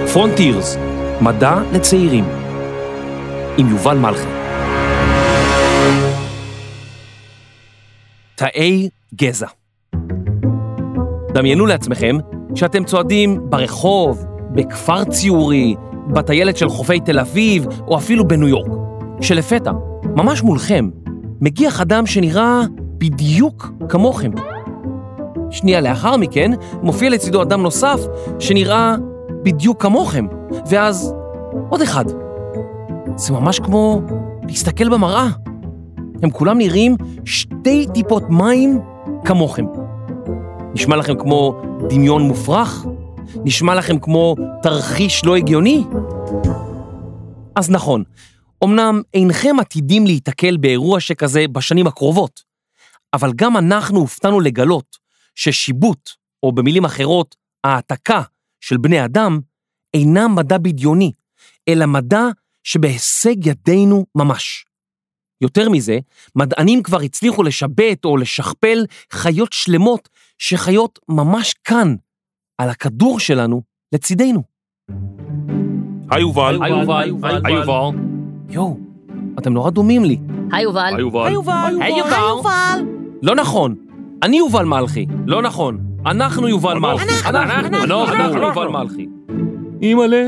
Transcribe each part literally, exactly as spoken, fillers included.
פרונטירס, מדע לצעירים, עם יובל מלכי. תאי גזע. דמיינו לעצמכם שאתם צועדים ברחוב, בכפר ציורי, בטיילת של חופי תל אביב, או אפילו בניו יורק. שלפתע, ממש מולכם, מגיע אדם שנראה בדיוק כמוכם. שנייה לאחר מכן, מופיע לצידו אדם נוסף שנראה בדיוק כמוכם, ואז עוד אחד. זה ממש כמו להסתכל במראה. הם כולם נראים שתי טיפות מים כמוכם. נשמע לכם כמו דמיון מופרך? נשמע לכם כמו תרחיש לא הגיוני? אז נכון, אמנם אינכם עתידים להתקל באירוע שכזה בשנים הקרובות, אבל גם אנחנו הופתענו לגלות ששיבוט, או במילים אחרות, העתקה של בני אדם, אינה מדע בדיוני, אלא מדע שבהישג ידינו ממש. יותר מזה, מדענים כבר הצליחו לשבט או לשכפל חיות שלמות שחיות ממש כאן, על הכדור שלנו, לצידנו. היי יובל. היי יובל. היי יובל. יואו, אתם נורא דומים לי. היי יובל. היי יובל. היי יובל. היי יובל. לא נכון. אני יובל מלכי. לא נכון. אנחנו יובל מלכי. אנחנו. אנחנו יובל מלכי. אימא'לה.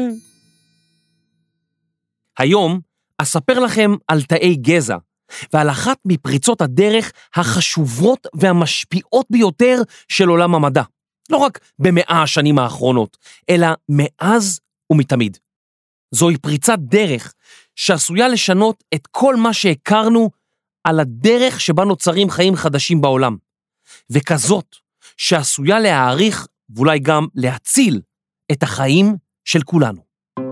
היום אספר לכם על תאי גזע, ועל אחת מפריצות הדרך החשובות והמשפיעות ביותר של עולם המדע. לא רק במאה השנים האחרונות, אלא מאז ומתמיד. זוהי פריצת דרך שעשויה לשנות את כל מה שהכרנו על הדרך שבה נוצרים חיים חדשים בעולם, וכזאת שעשויה להעריך ואולי גם להציל את החיים של כולנו.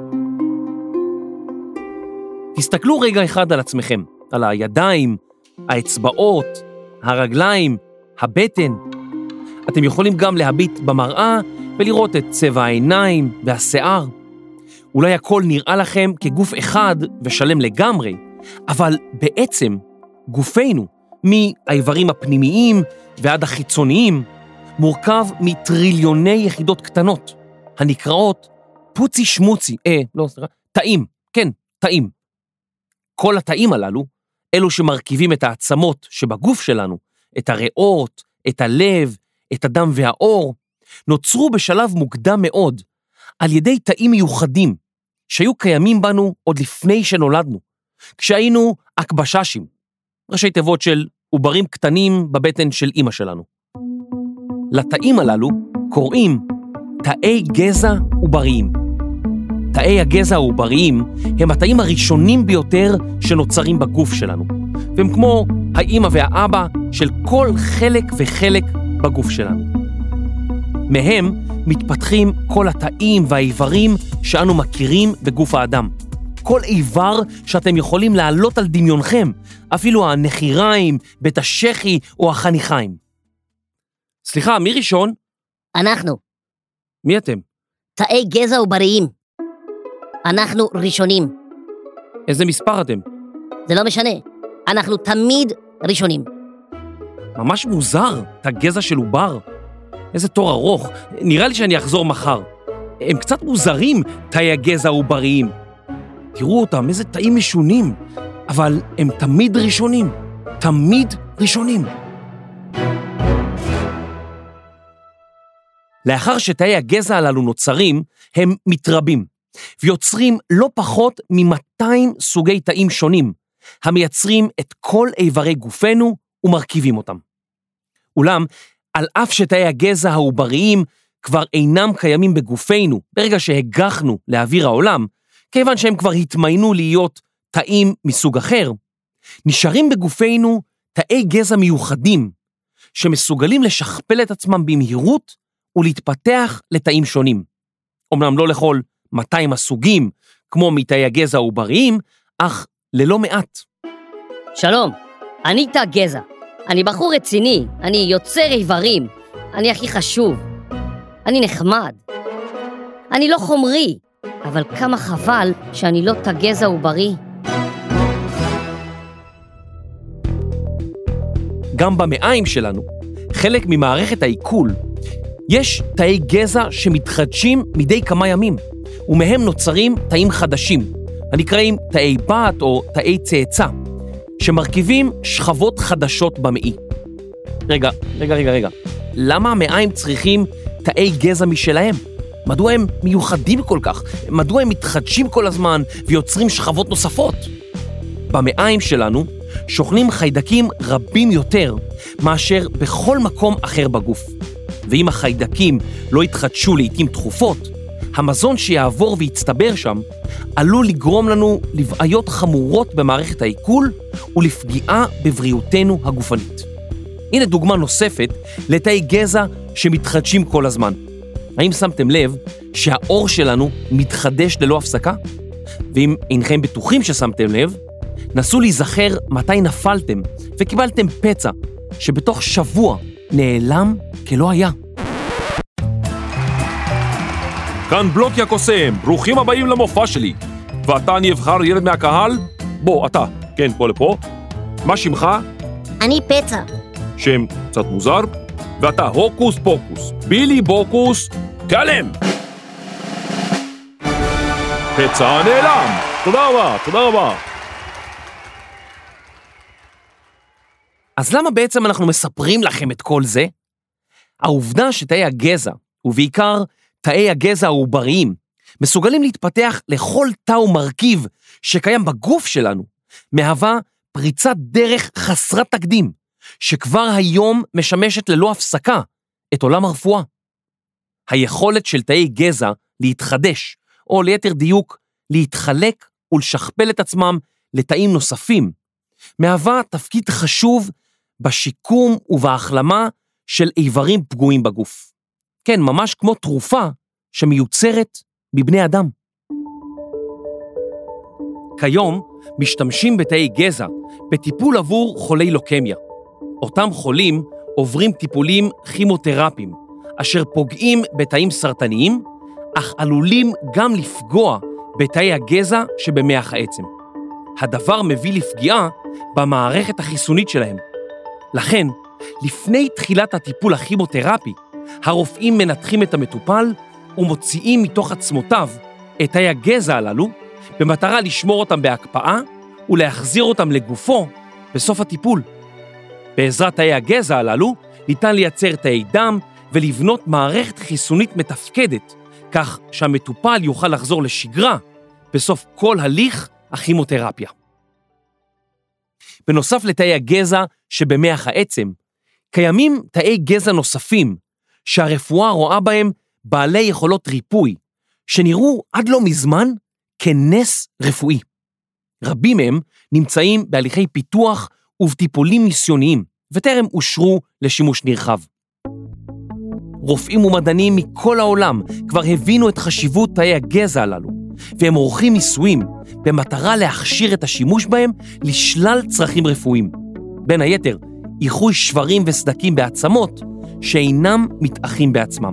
תסתכלו רגע אחד על עצמכם, על הידיים, האצבעות, הרגליים, הבטן. אתם יכולים גם להביט במראה ולראות את צבע העיניים והשיער. אולי הכל נראה לכם כגוף אחד ושלם לגמרי, אבל בעצם גופנו, מהאיברים הפנימיים ועד החיצוניים, מורכב מטריליוני יחידות קטנות, הנקראות פוצי שמוצי, אה, לא, סליחה, תאים, כן, תאים. כל התאים הללו, אלו שמרכיבים את העצמות שבגוף שלנו, את הריאות, את הלב, את הדם והאור, נוצרו בשלב מוקדם מאוד על ידי תאים מיוחדים שהיו קיימים בנו עוד לפני שנולדנו, כשהיינו אקבששים, ראשי תיבות של עוברים קטנים בבטן של אמא שלנו. לתאים הללו קוראים תאי גזע עובריים. תאי הגזע העובריים הם התאים הראשונים ביותר שנוצרים בגוף שלנו, והם כמו האמא והאבא של כל חלק וחלק בגוף שלנו. מהם מתפתחים כל התאים והאיברים שאנו מכירים בגוף האדם. כל איבר שאתם יכולים להעלות על דמיונכם, אפילו הנחיריים, בית השחי או החניכיים. סליחה, מי ראשון? אנחנו. מי אתם? תאי גזע עובריים. אנחנו ראשונים. איזה מספר אתם? זה לא משנה. אנחנו תמיד ראשונים. ממש מוזר, תא גזע של עובר. איזה תור ארוך. נראה לי שאני אחזור מחר. הם קצת מוזרים, תאי הגזע העובריים. תראו אותם, איזה תאים משונים. אבל הם תמיד ראשונים. תמיד ראשונים. לאחר שתאי הגזע הללו נוצרים, הם מתרבים, ויוצרים לא פחות מ-מאתיים סוגי תאים שונים, המייצרים את כל איברי גופנו ומרכיבים אותם. אולם, על אף שתאי הגזע העובריים כבר אינם קיימים בגופנו ברגע שהגחנו לאוויר העולם, כיוון שהם כבר התמיינו להיות תאים מסוג אחר, נשארים בגופנו תאי גזע מיוחדים, שמסוגלים לשכפל את עצמם במהירות ולהתפתח לתאים שונים. אמנם לא לכל מאתיים הסוגים, כמו מתאי הגזע העובריים, אך ללא מעט. שלום, אני תא גזע. אני בחור רציני, אני יוצר איברים, אני הכי חשוב. אני נחמד. אני לא חומרי, אבל כמה חבל שאני לא תא גזע עוברי. גם במעיים שלנו, חלק ממערכת העיכול, יש תאי גזע שמתחדשים מדי כמה ימים, ומהם נוצרים תאים חדשים, הנקראים תאי בת או תאי צאצא, שמרכיבים שכבות חדשות במעי. רגע, רגע, רגע, רגע. למה המעיים צריכים תאי גזע משלהם? מדוע הם מיוחדים כל כך? מדוע הם מתחדשים כל הזמן ויוצרים שכבות נוספות? במעיים שלנו שוכנים חיידקים רבים יותר מאשר בכל מקום אחר בגוף. ואם החיידקים לא יתחדשו לעתים תכופות, המזון שיעבור ויצטבר שם עלול לגרום לנו לבעיות חמורות במערכת העיכול ולפגיעה בבריאותנו הגופנית. הנה דוגמה נוספת לתאי גזע שמתחדשים כל הזמן. האם שמתם לב שהאור שלנו מתחדש ללא הפסקה? ואם אינכם בטוחים ששמתם לב, נסו להיזכר מתי נפלתם וקיבלתם פצע שבתוך שבוע נעלם כלא היה. כאן בלוקי הקוסם, ברוכים הבאים למופע שלי. ואתה אני אבחר ילד מהקהל? בוא, אתה, כן, פה לפה. מה שמך? אני פצע. שם קצת מוזר. ואתה הוקוס פוקוס, בילי בוקוס, תיעלם. פצע נעלם. תודה רבה, תודה רבה. אז למה בעצם אנחנו מספרים לכם את כל זה? העובדה שתאי הגזע, ובעיקר תאי הגזע העובריים, מסוגלים להתפתח לכל תא ומרכיב שקיים בגוף שלנו, מהווה פריצת דרך חסרת תקדים, שכבר היום משמשת ללא הפסקה את עולם הרפואה. היכולת של תאי גזע להתחדש, או ליתר דיוק, להתחלק ולשכפל את עצמם לתאים נוספים, מהווה תפקיד חשוב בשיקום ובהחלמה של איברים פגועים בגוף. כן, ממש כמו תרופה שמיוצרת בבני אדם. כיום משתמשים בתאי גזע בטיפול עבור חולי לוקמיה. אותם חולים עוברים טיפולים כימותרפיים, אשר פוגעים בתאים סרטניים, אך עלולים גם לפגוע בתאי הגזע שבמח העצם. הדבר מביא לפגיעה במערכת החיסונית שלהם. לכן, לפני תחילת הטיפול הכימותרפי, הרופאים מנתחים את המטופל ומוציאים מתוך עצמותיו את תאי הגזע הללו, במטרה לשמור אותם בהקפאה ולהחזיר אותם לגופו בסוף הטיפול. בעזרת תאי הגזע הללו ניתן לייצר תאי דם ולבנות מערכת חיסונית מתפקדת, כך שהמטופל יוכל לחזור לשגרה בסוף כל הליך הכימותרפיה. בנוסף לתאי הגזע שבמח העצם, קיימים תאי גזע נוספים שהרפואה רואה בהם בעלי יכולות ריפוי, שנראו עד לא מזמן כנס רפואי. רבים מהם נמצאים בהליכי פיתוח ובטיפולים ניסיוניים, וטרם אושרו לשימוש נרחב. רופאים ומדענים מכל העולם כבר הבינו את חשיבות תאי הגזע הללו, והם עורכים ניסויים במטרה להכשיר את השימוש בהם לשלל צרכים רפואיים. בין היתר, איחוי שברים וסדקים בעצמות שאינם מתאחים בעצמם.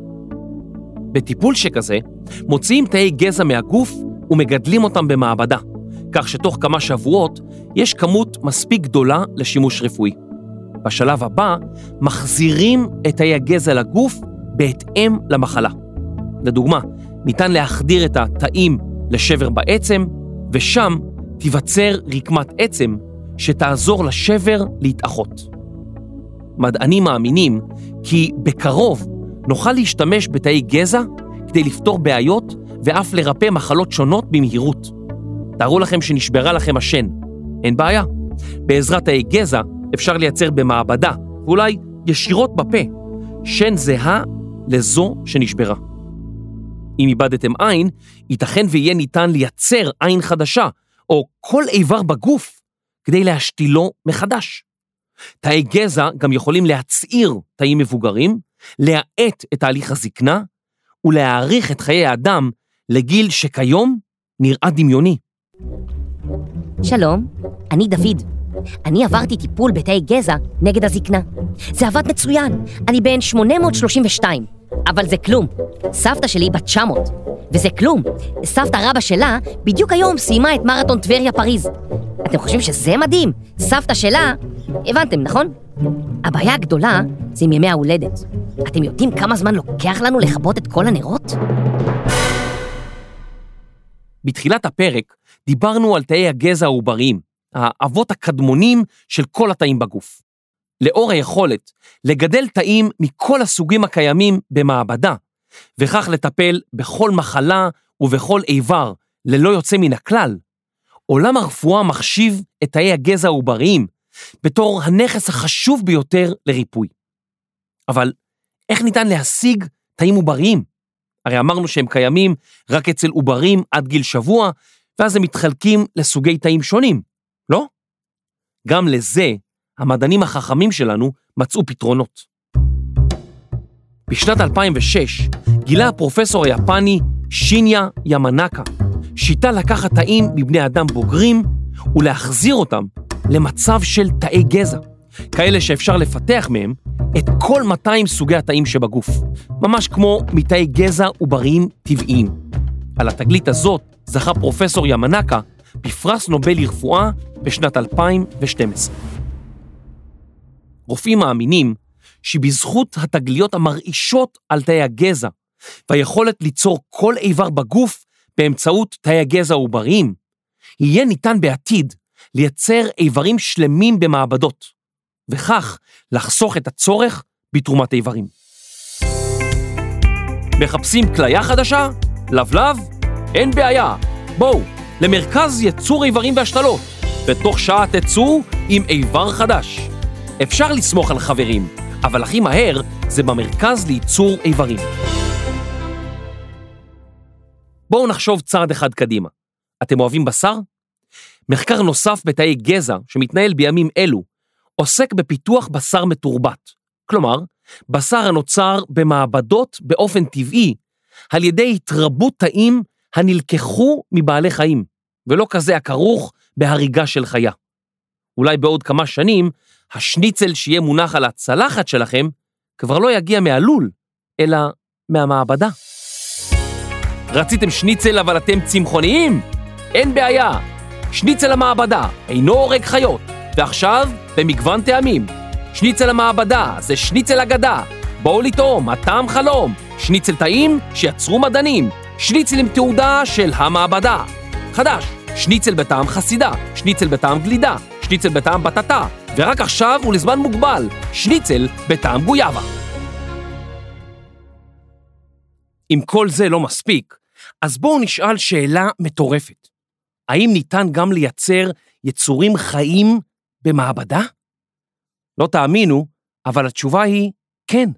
בטיפול שכזה, מוציאים תאי גזע מהגוף ומגדלים אותם במעבדה, כך שתוך כמה שבועות יש כמות מספיק גדולה לשימוש רפואי. בשלב הבא, מחזירים את תאי הגזע לגוף בהתאם למחלה. לדוגמה, ניתן להחדיר את התאים לשבר בעצם, ושם תיווצר רקמת עצם שתעזור לשבר להתאחות. מדענים מאמינים כי בקרוב נוכל להשתמש בתאי גזע כדי לפתור בעיות ואף לרפא מחלות שונות במהירות. תארו לכם שנשברה לכם השן. אין בעיה. בעזרת תאי גזע אפשר לייצר במעבדה, ואולי ישירות בפה, שן זהה לזו שנשברה. אם איבדתם עין, ייתכן ויהיה ניתן לייצר עין חדשה, או כל איבר בגוף, כדי להשתילו מחדש. תאי גזע גם יכולים להצעיר תאים מבוגרים, להאט את תהליך הזקנה, ולהאריך את חיי האדם לגיל שכיום נראה דמיוני. שלום, אני דוד. אני עברתי טיפול בתאי גזע נגד הזקנה. זה עבד מצוין, אני בן שמונה מאות שלושים ושתיים, אבל זה כלום. סבתא שלי בת תשע מאות, וזה כלום. סבתא רבא שלה בדיוק היום סיימה את מרתון טבריה פריז. אתם חושבים שזה מדהים? סבתא שלה, הבנתם, נכון? הבעיה הגדולה זה עם ימי ההולדת. אתם יודעים כמה זמן לוקח לנו לכבות את כל הנרות? בתחילת הפרק דיברנו על תאי הגזע העובריים, האבות הקדמונים של כל התאים בגוף. לאור היכולת לגדל תאים מכל הסוגים הקיימים במעבדה, וכך לטפל בכל מחלה ובכל איבר ללא יוצא מן הכלל, עולם הרפואה מחשיב את תאי הגזע העובריים בתור הנכס החשוב ביותר לריפוי. אבל איך ניתן להשיג תאים עובריים? הרי אמרנו שהם קיימים רק אצל עוברים עד גיל שבוע, ואז הם מתחלקים לסוגי תאים שונים, לא? גם לזה המדענים החכמים שלנו מצאו פתרונות. בשנת אלפיים ושש גילה הפרופסור היפני שיניה ימנקה שיטה לקחת תאים מבני אדם בוגרים ולהחזיר אותם למצב של תאי גזע, כאלה שאפשר לפתח מהם את כל מאתיים סוגי התאים שבגוף, ממש כמו מתאי גזע עובריים טבעיים. על התגלית הזאת זכה פרופסור ימנקה בפרס נובל לרפואה בשנת אלפיים ושתים עשרה. רופאים מאמינים שבזכות התגליות המרעישות על תאי הגזע והיכולת ליצור כל איבר בגוף באמצעות תאי הגזע העובריים, יהיה ניתן בעתיד לייצר איברים שלמים במעבדות, וכך לחסוך את הצורך בתרומת איברים. מחפשים כליה חדשה? לבלב? אין בעיה. בואו, למרכז ייצור איברים והשתלות. בתוך שעה תצאו עם איבר חדש. אפשר לסמוך על חברים, אבל הכי מהר זה במרכז לייצור איברים. בואו נחשוב צעד אחד קדימה. אתם אוהבים בשר? מחקר נוסף בתאי גזע שמתנהל בימים אלו עוסק בפיתוח בשר מתורבת. כלומר, בשר הנוצר במעבדות באופן טבעי על ידי התרבות תאים הנלקחו מבעלי חיים, ולא כזה הכרוך בהריגה של חיה. אולי בעוד כמה שנים השניצל שיהיה מונח על הצלחת שלכם כבר לא יגיע מהלול, אלא מהמעבדה. רציתם שניצל אבל אתם צמחוניים? אין בעיה. שניצל המעבדה אינו הורג חיות, ועכשיו במגוון טעמים. שניצל המעבדה זה שניצל אגדה. בואו לטעום, הטעם חלום. שניצל טעים שיצרו מדענים. שניצל עם תעודה של המעבדה. חדש, שניצל בטעם חסידה, שניצל בטעם גלידה, שניצל בטעם בטטה, ורק עכשיו ולזמן מוגבל, שניצל בטעם גויאבה. אם כל זה לא מספיק, אז בואו נשאל שאלה מטורפת. האם ניתן גם לייצר יצורים חיים במעבדה? לא תאמינו, אבל התשובה היא כן.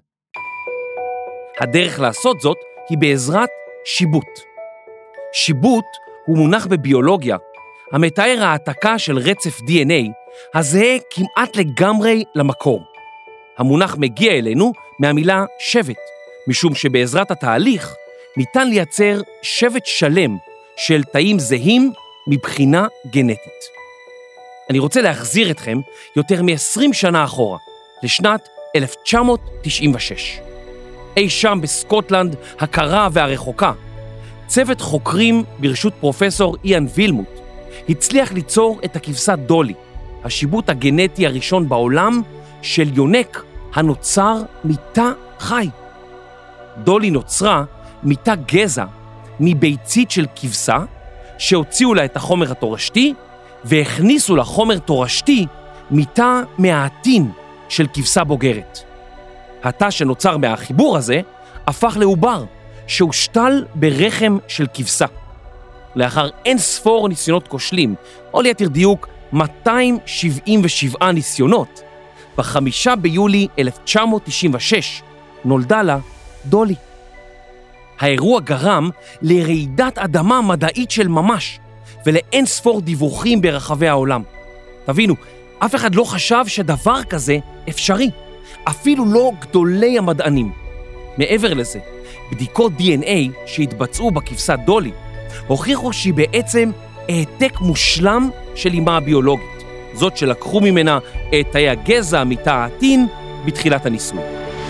הדרך לעשות זאת היא בעזרת שיבוט. שיבוט הוא מונח בביולוגיה, המתאר העתקה של רצף די אן איי, הזהה כמעט לגמרי למקור. המונח מגיע אלינו מהמילה שבט, משום שבעזרת התהליך ניתן לייצר שבט שלם של תאים זהים מבחינה גנטית. אני רוצה להחזיר אתכם יותר מ-עשרים שנה אחורה, לשנת אלף תשע מאות תשעים ושש. אי שם בסקוטלנד הקרה והרחוקה, צוות חוקרים ברשות פרופסור איאן וילמוט הצליח ליצור את הכבשה דולי, השיבוט הגנטי הראשון בעולם של יונק הנוצר מתא חי. דולי נוצרה מתא גזע מביצית של כבשה שהוציאו לה את החומר התורשתי והכניסו לה חומר תורשתי מתא מהעתין של כבשה בוגרת. התא שנוצר מהחיבור הזה הפך לעובר שהושתל ברחם של כבשה. לאחר אין ספור ניסיונות כושלים, או ליתר דיוק מאתיים שבעים ושבעה ניסיונות, בחמישה ביולי אלף תשע מאות תשעים ושש נולדה לה דולי. האירוע גרם לרעידת אדמה מדעית של ממש, ולאין ספור דיווחים ברחבי העולם. תבינו, אף אחד לא חשב שדבר כזה אפשרי, אפילו לא גדולי המדענים. מעבר לזה, בדיקות די אן איי שהתבצעו בכבשה דולי, הוכיחו שהיא בעצם העתק מושלם של אימה הביולוגית, זאת שלקחו ממנה את תאי הגזע מתא העתין בתחילת הניסוי.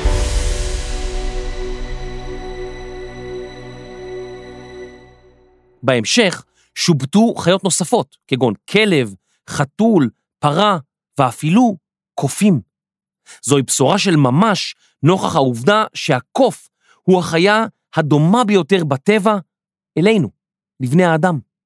בהמשך שובטו חיות נוספות, כגון כלב, חתול, פרה ואפילו קופים. זוהי בשורה של ממש נוכח העובדה שהקוף הוא החיה הדומה ביותר בטבע אלינו, לבני האדם.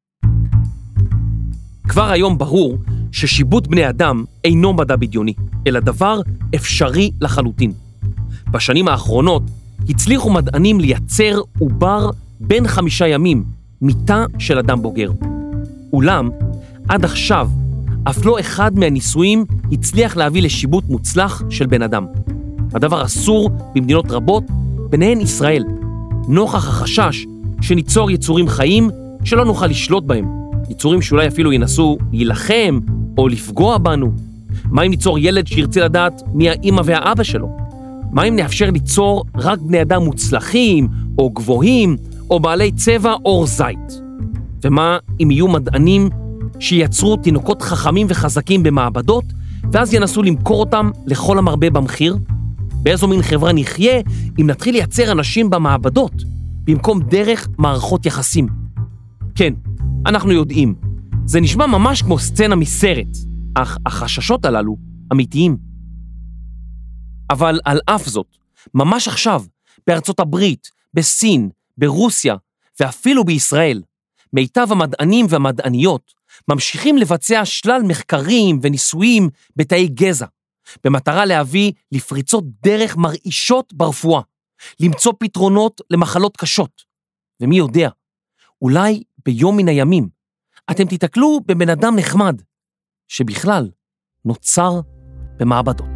כבר היום ברור ששיבוט בני אדם אינו מדע בדיוני, אלא דבר אפשרי לחלוטין. בשנים האחרונות הצליחו מדענים לייצר עובר בין חמישה ימים, מיטה של אדם בוגר. אולם, עד עכשיו, אף לא אחד מהניסויים הצליח להביא לשיבוט מוצלח של בן אדם. הדבר אסור במדינות רבות, ביניהן ישראל, נוכח החשש שניצור יצורים חיים שלא נוכל לשלוט בהם, יצורים שאולי אפילו ינסו להילחם או לפגוע בנו. מה אם ניצור ילד שירצה לדעת מי האמא והאבא שלו? מה אם נאפשר ליצור רק בני אדם מוצלחים או גבוהים או בעלי צבע אור זית? ומה אם יהיו מדענים שייצרו תינוקות חכמים וחזקים במעבדות ואז ינסו למכור אותם לכל המרבה במחיר? באיזו מין חברה נחיה אם נתחיל לייצר אנשים במעבדות במקום דרך מערכות יחסים? כן, אנחנו יודעים, זה נשמע ממש כמו סצנה מסרט, אך החששות הללו אמיתיים. אבל על אף זאת, ממש עכשיו, בארצות הברית, בסין, ברוסיה ואפילו בישראל, מיטב המדענים והמדעניות ממשיכים לבצע שלל מחקרים וניסויים בתאי גזע, במטרה להביא לפריצות דרך מרעישות ברפואה, למצוא פתרונות למחלות קשות. ומי יודע, אולי ביום מן הימים, אתם תתקלו בבן אדם נחמד, שבכלל נוצר במעבדות.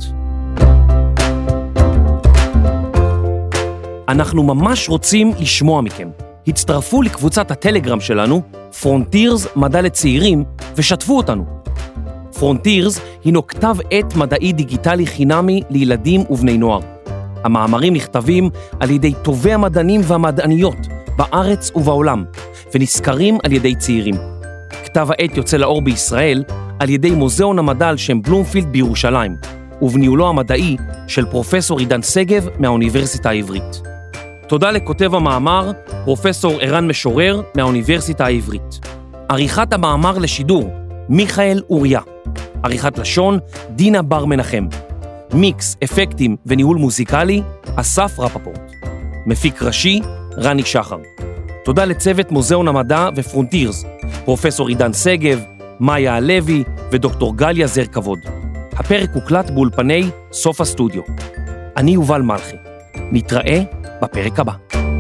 אנחנו ממש רוצים לשמוע מכם. הצטרפו לקבוצת הטלגרם שלנו, פרונטירס מדע לצעירים, ושתפו אותנו. פרונטירס הינו כתב עת מדעי דיגיטלי חינמי לילדים ובני נוער. המאמרים נכתבים על ידי טובי המדענים והמדעניות בארץ ובעולם, ונזכרים על ידי צעירים. כתב העת יוצא לאור בישראל על ידי מוזיאון המדע על שם בלומפילד בירושלים, ובניהולו המדעי של פרופסור עידן שגב מהאוניברסיטה העברית. תודה לכותב המאמר, פרופסור ערן משורר מהאוניברסיטה העברית. עריכת המאמר לשידור, מיכאל אוריה. עריכת לשון, דינה בר מנחם. מיקס, אפקטים וניהול מוזיקלי, אסף רפפורט. מפיק ראשי, רני שחר. תודה לצוות מוזיאון המדע ופרונטירס, פרופסור עידן שגב, מאיה הלוי ודוקטור גליה זר כבוד. הפרק הוקלט באולפני סוף הסטודיו. אני יובל מלכי. נתראה בפרק הבא.